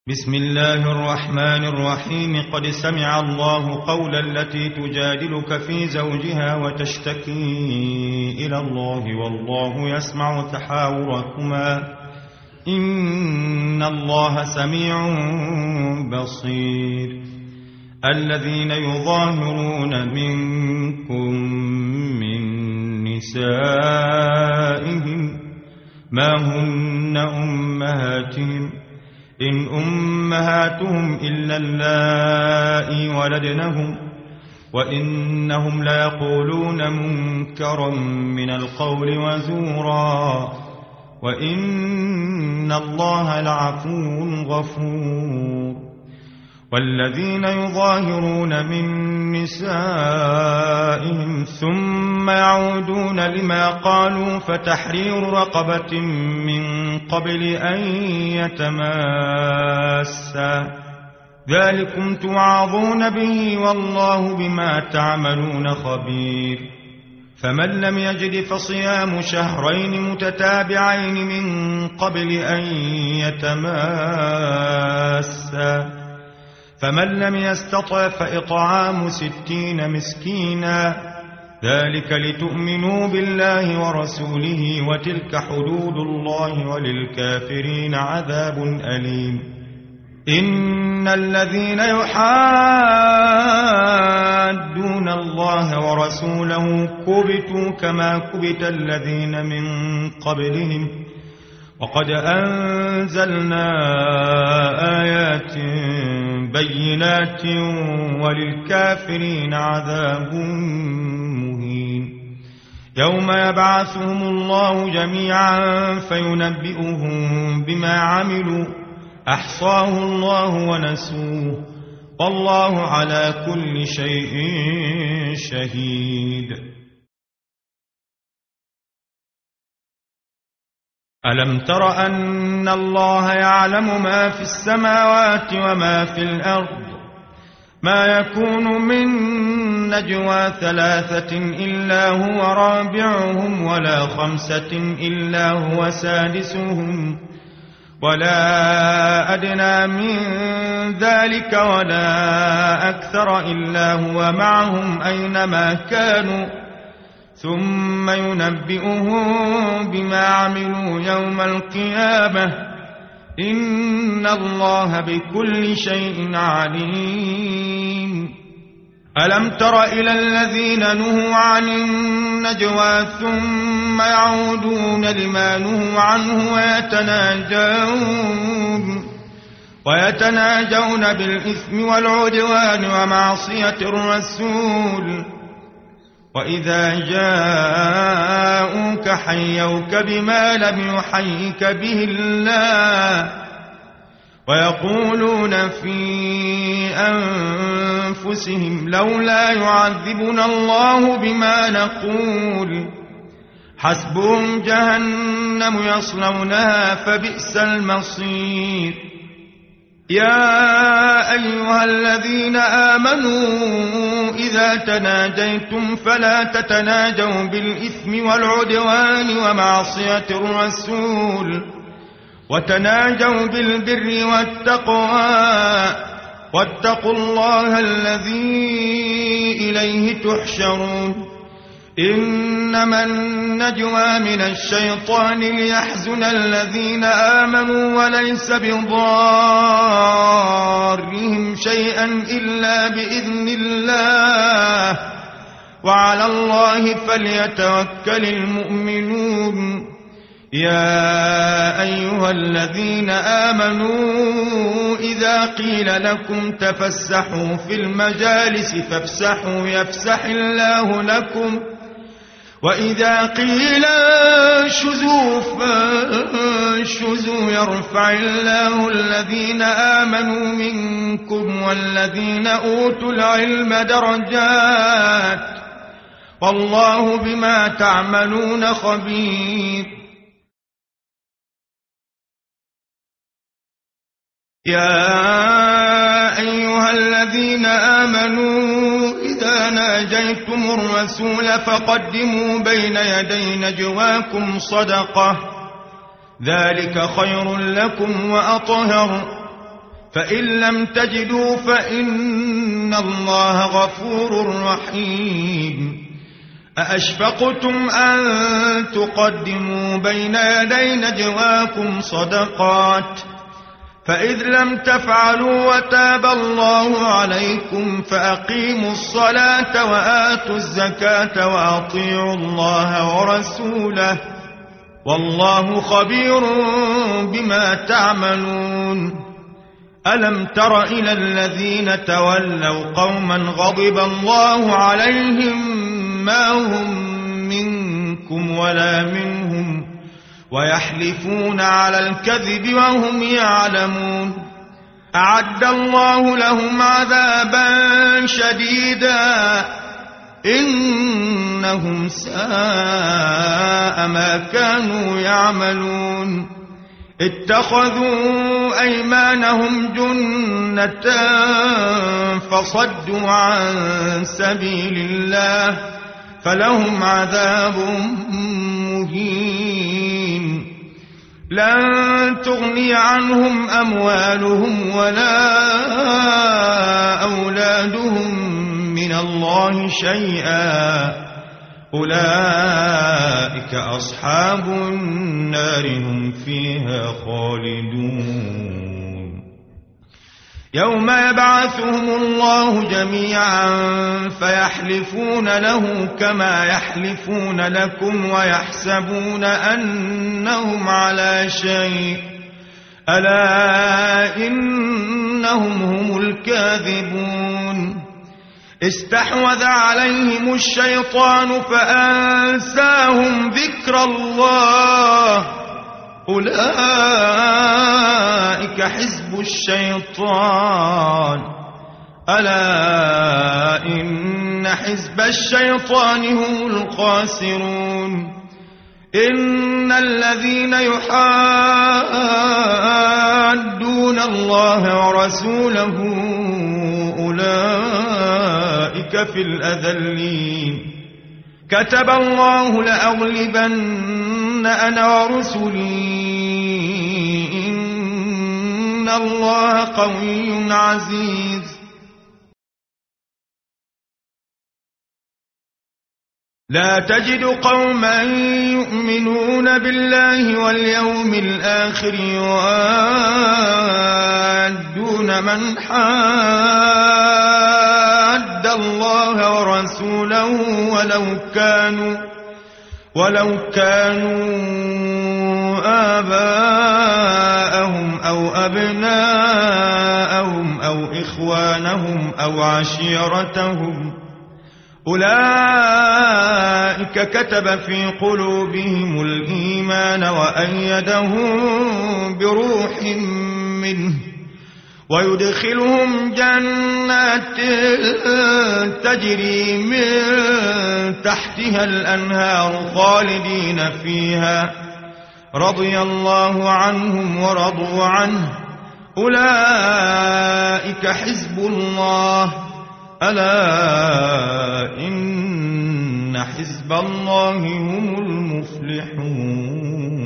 بسم الله الرحمن الرحيم. قد سمع الله قول التي تجادلك في زوجها وتشتكي إلى الله والله يسمع تحاوركما إن الله سميع بصير. الذين يظاهرون منكم من نسائهم ما هن أمهاتهم إن أمهاتهم إلا اللائي ولدنهم وإنهم ليقولون منكرا من القول وزورا وإن الله لعفو غفور. والذين يظاهرون من نسائهم ثم يعودون لما قالوا فتحرير رقبة من قبل أن يتماسا ذلكم توعظون به والله بما تعملون خبير. فمن لم يجد فصيام شهرين متتابعين من قبل أن يتماسا فمن لم يستطع فإطعام 60 مسكينا ذلك لتؤمنوا بالله ورسوله وتلك حدود الله وللكافرين عذاب أليم. إن الذين يحادون الله ورسوله كبتوا كما كبت الذين من قبلهم وقد أنزلنا آيات بينات وللكافرين عذاب مهين. يوم يبعثهم الله جميعا فينبئهم بما عملوا أحصاه الله ونسوه والله على كل شيء شهيد. ألم تر أن الله يعلم ما في السماوات وما في الأرض ما يكون من نجوى 3 إلا هو رابعهم ولا 5 إلا هو سادسهم ولا أدنى من ذلك ولا أكثر إلا هو معهم أينما كانوا ثم ينبئهم بما عملوا يوم القيامة إن الله بكل شيء عليم. ألم تر إلى الذين نهوا عن النجوى ثم يعودون لما نهوا عنه ويتناجون بالإثم والعدوان ومعصية الرسول وإذا جاءوك حيوك بما لم يحيك به الله ويقولون في أنفسهم لولا يعذبنا الله بما نقول حسبهم جهنم يصلونها فبئس المصير. يا أيها الذين آمنوا إذا تناجيتم فلا تتناجوا بالإثم والعدوان ومعصية الرسول وتناجوا بالبر والتقوى واتقوا الله الذي إليه تحشرون. إنما النجوى من الشيطان ليحزن الذين آمنوا وليس بضارهم شيئا إلا بإذن الله وعلى الله فليتوكل المؤمنون. يا أيها الذين آمنوا إذا قيل لكم تفسحوا في المجالس فافسحوا يفسح الله لكم وإذا قيل انشزوا فانشزوا يرفع الله الذين آمنوا منكم والذين أوتوا العلم درجات والله بما تعملون خبير. يا أيها الذين آمنوا إذا ناجيتم الرسول فقدموا بين يدي نجواكم صدقة ذلك خير لكم وأطهر فإن لم تجدوا فإن الله غفور رحيم. أأشفقتم أن تقدموا بين يدي نجواكم صدقات فإذ لم تفعلوا وتاب الله عليكم فأقيموا الصلاة وآتوا الزكاة وأطيعوا الله ورسوله والله خبير بما تعملون. ألم تر إلى الذين تولوا قوما غضب الله عليهم ما هم منكم ولا منهم ويحلفون على الكذب وهم يعلمون. أعد الله لهم عذابا شديدا إنهم ساء ما كانوا يعملون. اتخذوا أيمانهم جنة فصدوا عن سبيل الله فلهم عذاب مهين. لن تغني عنهم أموالهم ولا أولادهم من الله شيئا أولئك أصحاب النار هم فيها خالدون. يوم يبعثهم الله جميعا فيحلفون له كما يحلفون لكم ويحسبون أنهم على شيء ألا إنهم هم الكاذبون. استحوذ عليهم الشيطان فأنساهم ذكر الله أولئك حزب الشيطان ألا إن حزب الشيطان هم الخاسرون. إن الذين يحادون الله ورسوله أولئك في الأذلين. كتب الله لأغلبن أنا ورسلي إن الله قوي عزيز. لا تجد قوما يؤمنون بالله واليوم الآخر يوادون من حاد الله ورسوله ولو كانوا آباءهم أو أبناءهم أو إخوانهم أو عشيرتهم أولئك كتب في قلوبهم الإيمان وأيدهم بروح منه ويدخلهم جنات تجري من تحتها الأنهار خالدين فيها رضي الله عنهم ورضوا عنه أولئك حزب الله ألا إن حزب الله هم المفلحون.